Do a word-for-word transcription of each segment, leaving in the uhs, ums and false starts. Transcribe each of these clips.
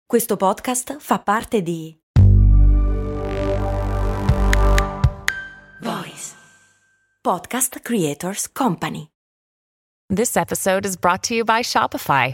Questo podcast fa parte di Voice Podcast Creators Company. This episode is brought to you by Shopify.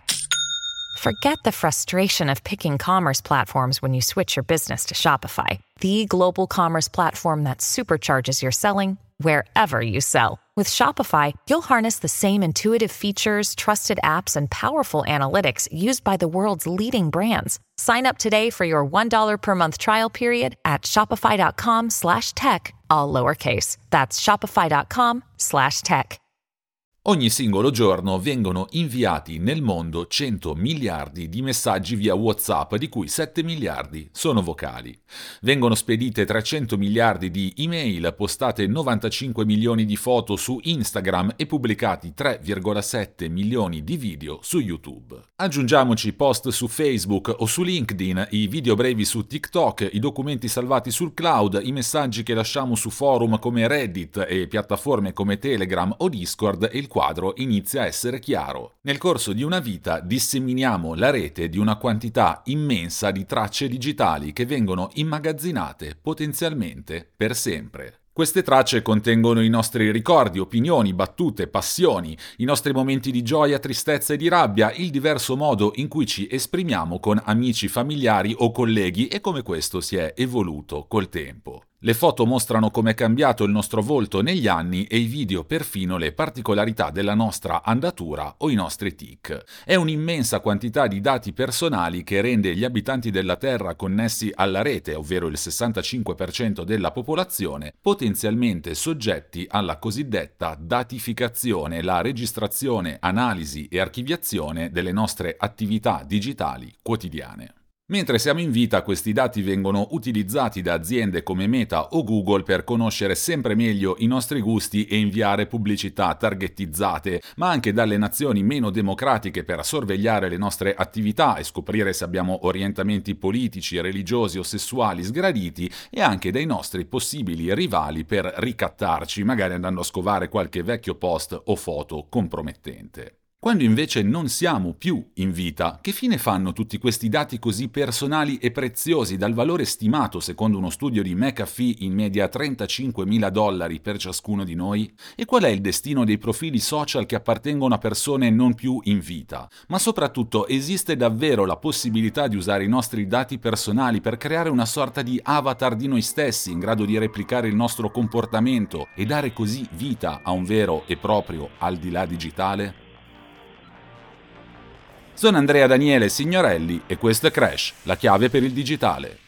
Forget the frustration of picking commerce platforms when you switch your business to Shopify, the global commerce platform that supercharges your selling wherever you sell. With Shopify, you'll harness the same intuitive features, trusted apps, and powerful analytics used by the world's leading brands. Sign up today for your one dollar per month trial period at shopify.com slash tech, all lowercase. That's shopify.com slash tech. Ogni singolo giorno vengono inviati nel mondo cento miliardi di messaggi via WhatsApp, di cui sette miliardi sono vocali. Vengono spedite trecento miliardi di email, postate novantacinque milioni di foto su Instagram e pubblicati tre virgola sette milioni di video su YouTube. Aggiungiamoci post su Facebook o su LinkedIn, i video brevi su TikTok, i documenti salvati sul cloud, i messaggi che lasciamo su forum come Reddit e piattaforme come Telegram o Discord, e il quadro inizia a essere chiaro. Nel corso di una vita disseminiamo la rete di una quantità immensa di tracce digitali che vengono immagazzinate potenzialmente per sempre. Queste tracce contengono i nostri ricordi, opinioni, battute, passioni, i nostri momenti di gioia, tristezza e di rabbia, il diverso modo in cui ci esprimiamo con amici, familiari o colleghi e come questo si è evoluto col tempo. Le foto mostrano come è cambiato il nostro volto negli anni e i video perfino le particolarità della nostra andatura o i nostri tic. È un'immensa quantità di dati personali che rende gli abitanti della Terra connessi alla rete, ovvero il sessantacinque per cento della popolazione, potenzialmente soggetti alla cosiddetta datificazione, la registrazione, analisi e archiviazione delle nostre attività digitali quotidiane. Mentre siamo in vita, questi dati vengono utilizzati da aziende come Meta o Google per conoscere sempre meglio i nostri gusti e inviare pubblicità targetizzate, ma anche dalle nazioni meno democratiche per sorvegliare le nostre attività e scoprire se abbiamo orientamenti politici, religiosi o sessuali sgraditi, e anche dai nostri possibili rivali per ricattarci, magari andando a scovare qualche vecchio post o foto compromettente. Quando invece non siamo più in vita, che fine fanno tutti questi dati così personali e preziosi, dal valore stimato, secondo uno studio di McAfee, in media trentacinquemila dollari per ciascuno di noi? E qual è il destino dei profili social che appartengono a persone non più in vita? Ma soprattutto, esiste davvero la possibilità di usare i nostri dati personali per creare una sorta di avatar di noi stessi, in grado di replicare il nostro comportamento e dare così vita a un vero e proprio al di là digitale? Sono Andrea Daniele Signorelli e questo è Crash, la chiave per il digitale.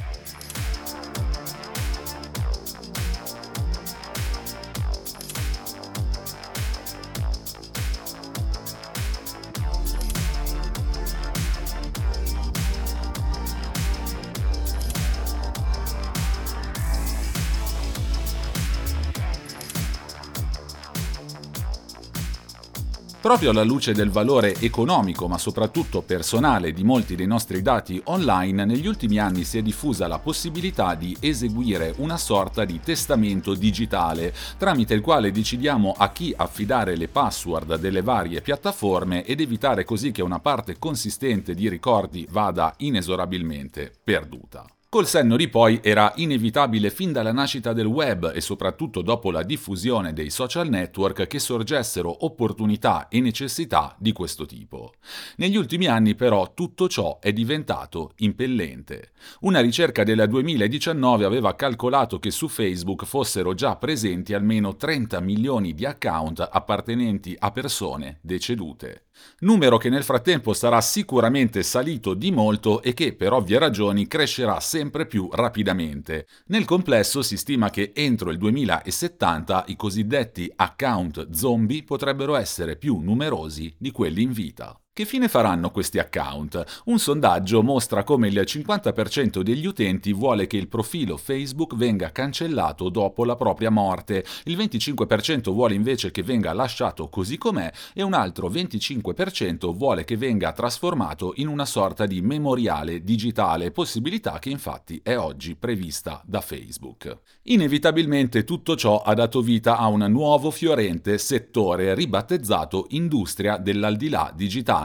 Proprio alla luce del valore economico, ma soprattutto personale, di molti dei nostri dati online, negli ultimi anni si è diffusa la possibilità di eseguire una sorta di testamento digitale, tramite il quale decidiamo a chi affidare le password delle varie piattaforme ed evitare così che una parte consistente di ricordi vada inesorabilmente perduta. Col senno di poi era inevitabile fin dalla nascita del web e soprattutto dopo la diffusione dei social network che sorgessero opportunità e necessità di questo tipo. Negli ultimi anni però tutto ciò è diventato impellente. Una ricerca del duemiladiciannove aveva calcolato che su Facebook fossero già presenti almeno trenta milioni di account appartenenti a persone decedute. Numero che nel frattempo sarà sicuramente salito di molto e che per ovvie ragioni crescerà sempre più rapidamente. Nel complesso si stima che entro il duemilasettanta i cosiddetti account zombie potrebbero essere più numerosi di quelli in vita. Che fine faranno questi account? Un sondaggio mostra come il cinquanta per cento degli utenti vuole che il profilo Facebook venga cancellato dopo la propria morte, il venticinque per cento vuole invece che venga lasciato così com'è e un altro venticinque per cento vuole che venga trasformato in una sorta di memoriale digitale, possibilità che infatti è oggi prevista da Facebook. Inevitabilmente tutto ciò ha dato vita a un nuovo fiorente settore ribattezzato industria dell'aldilà digitale,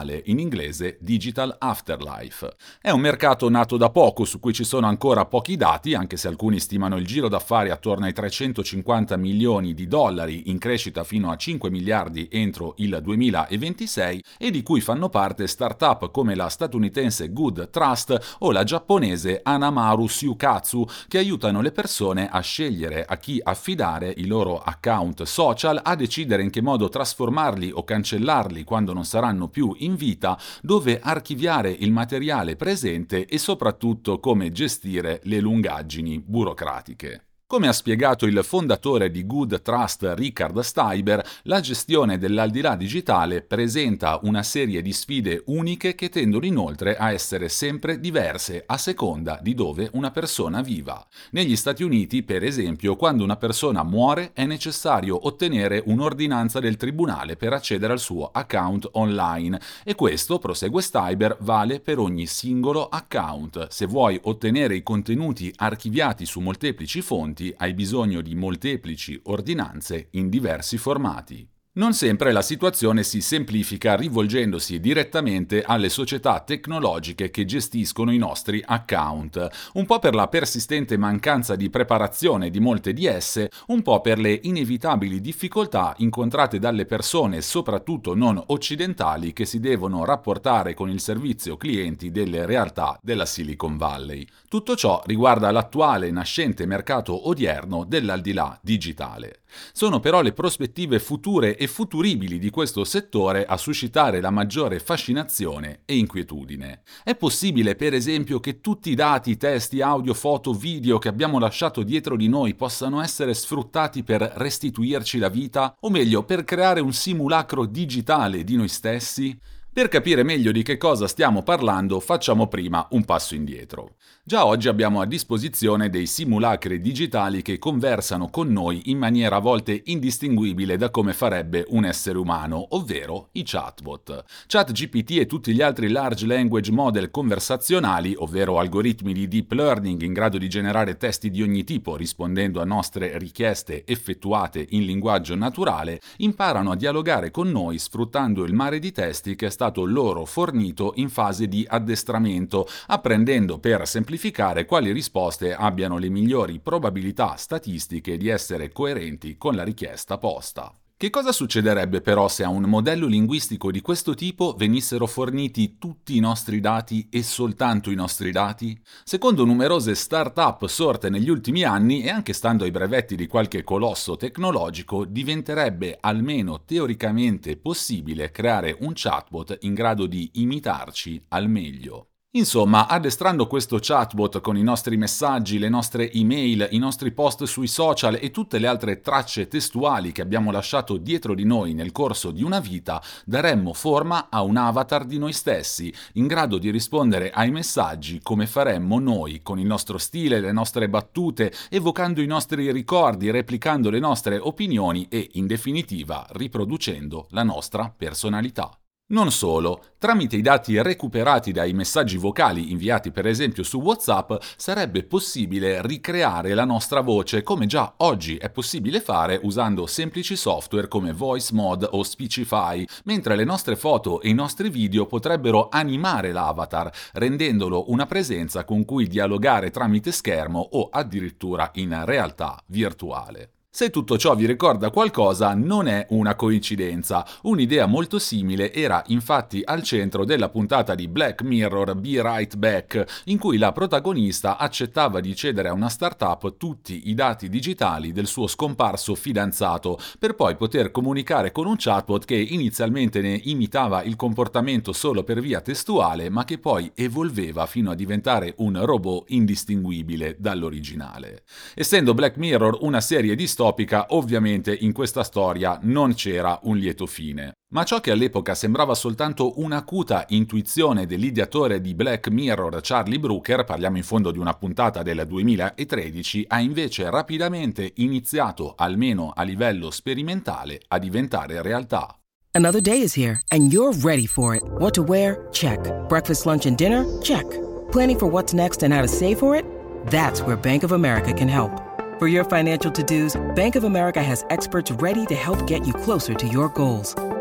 digitale, in inglese Digital Afterlife. È un mercato nato da poco, su cui ci sono ancora pochi dati, anche se alcuni stimano il giro d'affari attorno ai trecentocinquanta milioni di dollari, in crescita fino a cinque miliardi entro il duemilaventisei, e di cui fanno parte start-up come la statunitense Good Trust o la giapponese Hanamaru Syukatsu, che aiutano le persone a scegliere a chi affidare i loro account social, a decidere in che modo trasformarli o cancellarli quando non saranno più in vita, dove archiviare il materiale presente e soprattutto come gestire le lungaggini burocratiche. Come ha spiegato il fondatore di Good Trust, Richard Steiber, la gestione dell'aldilà digitale presenta una serie di sfide uniche che tendono inoltre a essere sempre diverse a seconda di dove una persona viva. Negli Stati Uniti, per esempio, quando una persona muore è necessario ottenere un'ordinanza del tribunale per accedere al suo account online, e questo, prosegue Steiber, vale per ogni singolo account. Se vuoi ottenere i contenuti archiviati su molteplici fonti, hai bisogno di molteplici ordinanze in diversi formati. Non sempre la situazione si semplifica rivolgendosi direttamente alle società tecnologiche che gestiscono i nostri account, un po' per la persistente mancanza di preparazione di molte di esse, un po' per le inevitabili difficoltà incontrate dalle persone, soprattutto non occidentali, che si devono rapportare con il servizio clienti delle realtà della Silicon Valley. Tutto ciò riguarda l'attuale nascente mercato odierno dell'aldilà digitale. Sono però le prospettive future e futuribili di questo settore a suscitare la maggiore fascinazione e inquietudine. È possibile, per esempio, che tutti i dati, testi, audio, foto, video che abbiamo lasciato dietro di noi possano essere sfruttati per restituirci la vita, o meglio, per creare un simulacro digitale di noi stessi? Per capire meglio di che cosa stiamo parlando, facciamo prima un passo indietro. Già oggi abbiamo a disposizione dei simulacri digitali che conversano con noi in maniera a volte indistinguibile da come farebbe un essere umano, ovvero i chatbot. ChatGPT e tutti gli altri large language model conversazionali, ovvero algoritmi di deep learning in grado di generare testi di ogni tipo rispondendo a nostre richieste effettuate in linguaggio naturale, imparano a dialogare con noi sfruttando il mare di testi che è stato loro fornito in fase di addestramento, apprendendo per semplificare quali risposte abbiano le migliori probabilità statistiche di essere coerenti con la richiesta posta. Che cosa succederebbe però se a un modello linguistico di questo tipo venissero forniti tutti i nostri dati e soltanto i nostri dati? Secondo numerose start-up sorte negli ultimi anni, e anche stando ai brevetti di qualche colosso tecnologico, diventerebbe almeno teoricamente possibile creare un chatbot in grado di imitarci al meglio. Insomma, addestrando questo chatbot con i nostri messaggi, le nostre email, i nostri post sui social e tutte le altre tracce testuali che abbiamo lasciato dietro di noi nel corso di una vita, daremmo forma a un avatar di noi stessi, in grado di rispondere ai messaggi come faremmo noi, con il nostro stile, le nostre battute, evocando i nostri ricordi, replicando le nostre opinioni e, in definitiva, riproducendo la nostra personalità. Non solo, tramite i dati recuperati dai messaggi vocali inviati per esempio su WhatsApp sarebbe possibile ricreare la nostra voce, come già oggi è possibile fare usando semplici software come Voice Mod o Speechify, mentre le nostre foto e i nostri video potrebbero animare l'avatar, rendendolo una presenza con cui dialogare tramite schermo o addirittura in realtà virtuale. Se tutto ciò vi ricorda qualcosa, non è una coincidenza. Un'idea molto simile era infatti al centro della puntata di Black Mirror Be Right Back, in cui la protagonista accettava di cedere a una startup tutti i dati digitali del suo scomparso fidanzato, per poi poter comunicare con un chatbot che inizialmente ne imitava il comportamento solo per via testuale, ma che poi evolveva fino a diventare un robot indistinguibile dall'originale. Essendo Black Mirror una serie distopica, ovviamente in questa storia non c'era un lieto fine. Ma ciò che all'epoca sembrava soltanto un'acuta intuizione dell'ideatore di Black Mirror Charlie Brooker, parliamo in fondo di una puntata del duemilatredici, ha invece rapidamente iniziato, almeno a livello sperimentale, a diventare realtà. Another day is here and you're ready for it. What to wear? Check. Breakfast, lunch and dinner? Check. Planning for what's next and how to save for it? That's where Bank of America can help. For your financial to-dos, Bank of America has experts ready to help get you closer to your goals.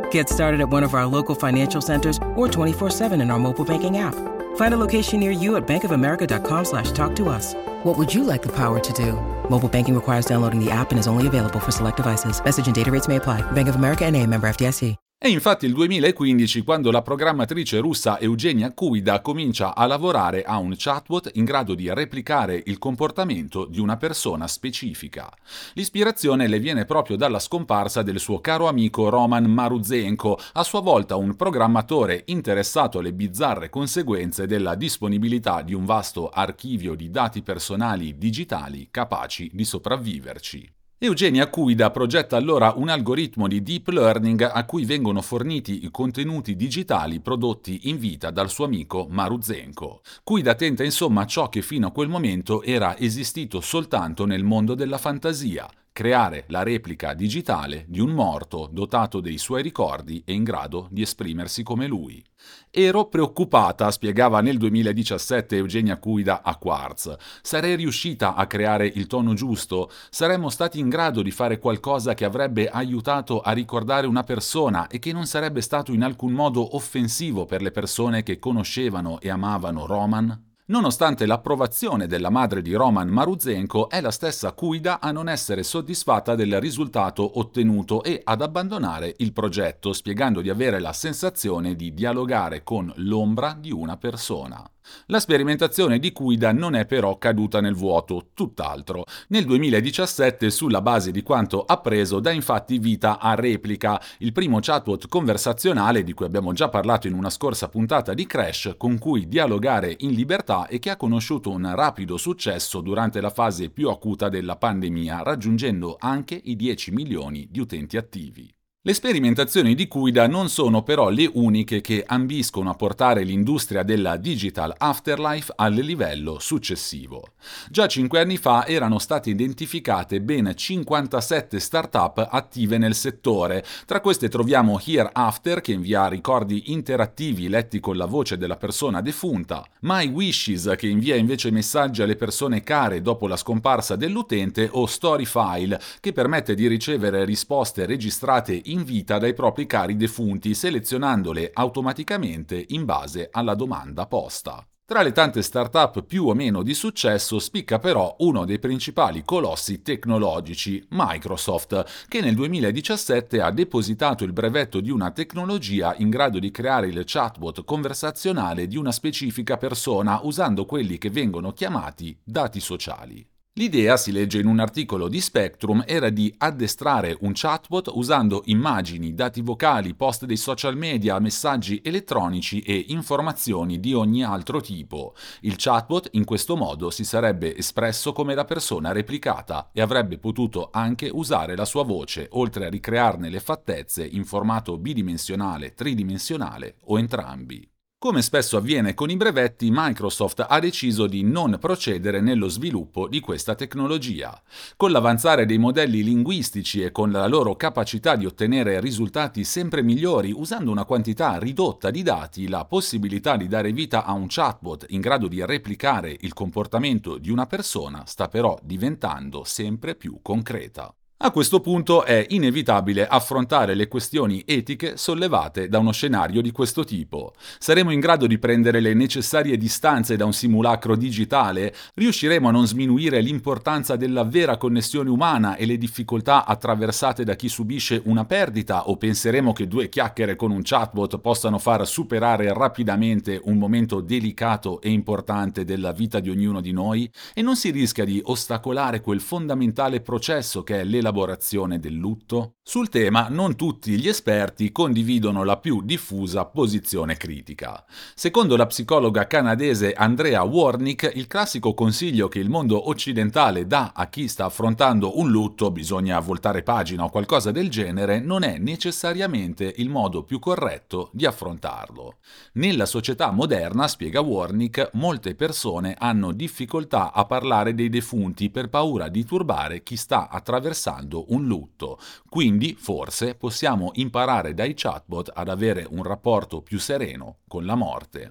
Get started at one of our local financial centers or twenty-four seven in our mobile banking app. Find a location near you at bankofamerica.com slash talk to us. What would you like the power to do? Mobile banking requires downloading the app and is only available for select devices. Message and data rates may apply. Bank of America N A, member F D I C. È infatti il duemilaquindici quando la programmatrice russa Eugenia Kuyda comincia a lavorare a un chatbot in grado di replicare il comportamento di una persona specifica. L'ispirazione le viene proprio dalla scomparsa del suo caro amico Roman Maruzenko, a sua volta un programmatore interessato alle bizzarre conseguenze della disponibilità di un vasto archivio di dati personali digitali capaci di sopravviverci. Eugenia Kuyda progetta allora un algoritmo di deep learning a cui vengono forniti i contenuti digitali prodotti in vita dal suo amico Maruzenko. Kuyda tenta insomma ciò che fino a quel momento era esistito soltanto nel mondo della fantasia: creare la replica digitale di un morto dotato dei suoi ricordi e in grado di esprimersi come lui. Ero preoccupata, spiegava nel duemiladiciassette Eugenia Kuyda a Quartz. Sarei riuscita a creare il tono giusto? Saremmo stati in grado di fare qualcosa che avrebbe aiutato a ricordare una persona e che non sarebbe stato in alcun modo offensivo per le persone che conoscevano e amavano Roman? Nonostante l'approvazione della madre di Roman Maruzenko, è la stessa Kuyda a non essere soddisfatta del risultato ottenuto e ad abbandonare il progetto, spiegando di avere la sensazione di dialogare con l'ombra di una persona. La sperimentazione di Kuyda non è però caduta nel vuoto, tutt'altro. Nel duemiladiciassette, sulla base di quanto appreso, dà infatti vita a Replica, il primo chatbot conversazionale di cui abbiamo già parlato in una scorsa puntata di Crash, con cui dialogare in libertà e che ha conosciuto un rapido successo durante la fase più acuta della pandemia, raggiungendo anche i dieci milioni di utenti attivi. Le sperimentazioni di Kuyda non sono però le uniche che ambiscono a portare l'industria della digital afterlife al livello successivo. Già cinque anni fa erano state identificate ben cinquantasette start-up attive nel settore. Tra queste troviamo Hereafter, che invia ricordi interattivi letti con la voce della persona defunta, My Wishes, che invia invece messaggi alle persone care dopo la scomparsa dell'utente, o Storyfile, che permette di ricevere risposte registrate in vita dai propri cari defunti, selezionandole automaticamente in base alla domanda posta. Tra le tante start-up più o meno di successo spicca però uno dei principali colossi tecnologici, Microsoft, che nel duemiladiciassette ha depositato il brevetto di una tecnologia in grado di creare il chatbot conversazionale di una specifica persona usando quelli che vengono chiamati dati sociali. L'idea, si legge in un articolo di Spectrum, era di addestrare un chatbot usando immagini, dati vocali, post dei social media, messaggi elettronici e informazioni di ogni altro tipo. Il chatbot in questo modo si sarebbe espresso come la persona replicata e avrebbe potuto anche usare la sua voce, oltre a ricrearne le fattezze in formato bidimensionale, tridimensionale o entrambi. Come spesso avviene con i brevetti, Microsoft ha deciso di non procedere nello sviluppo di questa tecnologia. Con l'avanzare dei modelli linguistici e con la loro capacità di ottenere risultati sempre migliori usando una quantità ridotta di dati, la possibilità di dare vita a un chatbot in grado di replicare il comportamento di una persona sta però diventando sempre più concreta. A questo punto è inevitabile affrontare le questioni etiche sollevate da uno scenario di questo tipo. Saremo in grado di prendere le necessarie distanze da un simulacro digitale? Riusciremo a non sminuire l'importanza della vera connessione umana e le difficoltà attraversate da chi subisce una perdita? O penseremo che due chiacchiere con un chatbot possano far superare rapidamente un momento delicato e importante della vita di ognuno di noi? E non si rischia di ostacolare quel fondamentale processo che è l'elaborazione elaborazione del lutto? Sul tema non tutti gli esperti condividono la più diffusa posizione critica. Secondo la psicologa canadese Andrea Warnick, il classico consiglio che il mondo occidentale dà a chi sta affrontando un lutto, bisogna voltare pagina o qualcosa del genere, non è necessariamente il modo più corretto di affrontarlo. Nella società moderna, spiega Warnick, molte persone hanno difficoltà a parlare dei defunti per paura di turbare chi sta attraversando un lutto, quindi forse possiamo imparare dai chatbot ad avere un rapporto più sereno con la morte.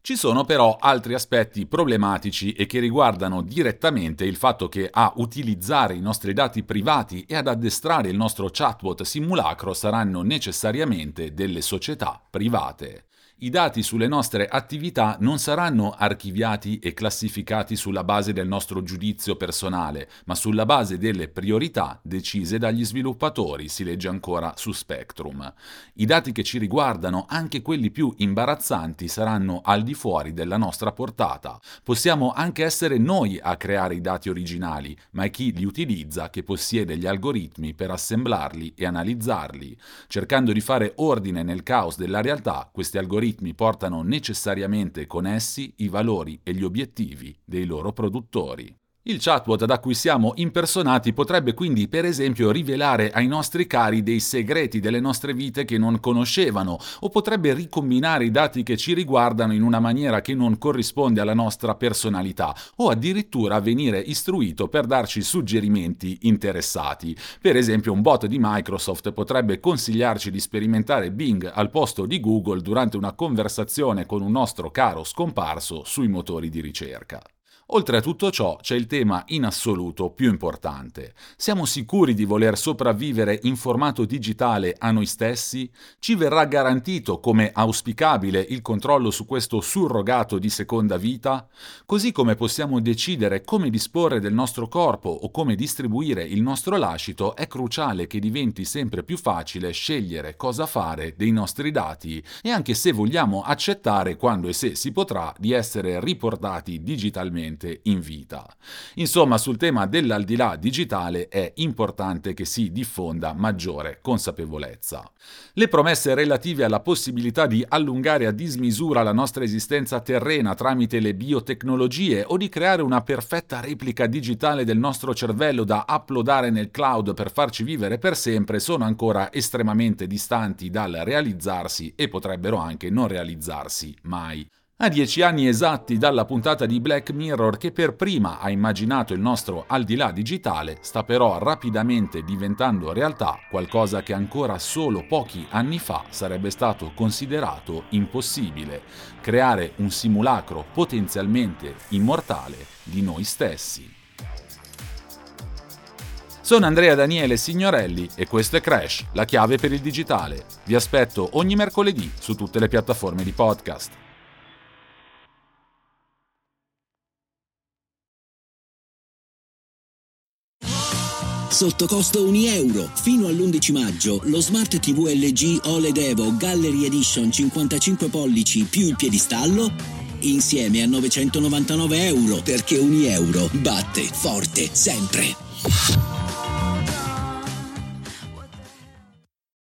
Ci sono però altri aspetti problematici e che riguardano direttamente il fatto che a utilizzare i nostri dati privati e ad addestrare il nostro chatbot simulacro saranno necessariamente delle società private. I dati sulle nostre attività non saranno archiviati e classificati sulla base del nostro giudizio personale, ma sulla base delle priorità decise dagli sviluppatori, si legge ancora su Spectrum. I dati che ci riguardano, anche quelli più imbarazzanti, saranno al di fuori della nostra portata. Possiamo anche essere noi a creare i dati originali, ma è chi li utilizza che possiede gli algoritmi per assemblarli e analizzarli. Cercando di fare ordine nel caos della realtà, questi algoritmi portano necessariamente con essi i valori e gli obiettivi dei loro produttori. Il chatbot da cui siamo impersonati potrebbe quindi per esempio rivelare ai nostri cari dei segreti delle nostre vite che non conoscevano, o potrebbe ricombinare i dati che ci riguardano in una maniera che non corrisponde alla nostra personalità, o addirittura venire istruito per darci suggerimenti interessati. Per esempio un bot di Microsoft potrebbe consigliarci di sperimentare Bing al posto di Google durante una conversazione con un nostro caro scomparso sui motori di ricerca. Oltre a tutto ciò c'è il tema in assoluto più importante. Siamo sicuri di voler sopravvivere in formato digitale a noi stessi? Ci verrà garantito, come auspicabile, il controllo su questo surrogato di seconda vita? Così come possiamo decidere come disporre del nostro corpo o come distribuire il nostro lascito, è cruciale che diventi sempre più facile scegliere cosa fare dei nostri dati, e anche se vogliamo accettare, quando e se si potrà, di essere riportati digitalmente in vita. Insomma, sul tema dell'aldilà digitale è importante che si diffonda maggiore consapevolezza. Le promesse relative alla possibilità di allungare a dismisura la nostra esistenza terrena tramite le biotecnologie o di creare una perfetta replica digitale del nostro cervello da uploadare nel cloud per farci vivere per sempre sono ancora estremamente distanti dal realizzarsi e potrebbero anche non realizzarsi mai. A dieci anni esatti dalla puntata di Black Mirror che per prima ha immaginato il nostro aldilà digitale, sta però rapidamente diventando realtà qualcosa che ancora solo pochi anni fa sarebbe stato considerato impossibile: creare un simulacro potenzialmente immortale di noi stessi. Sono Andrea Daniele Signorelli e questo è Crash, la chiave per il digitale. Vi aspetto ogni mercoledì su tutte le piattaforme di podcast. Sotto costo un euro. Fino all'undici maggio lo Smart tivù L G O L E D Evo Gallery Edition cinquantacinque pollici più il piedistallo insieme a novecentonovantanove euro, perché un euro batte forte sempre.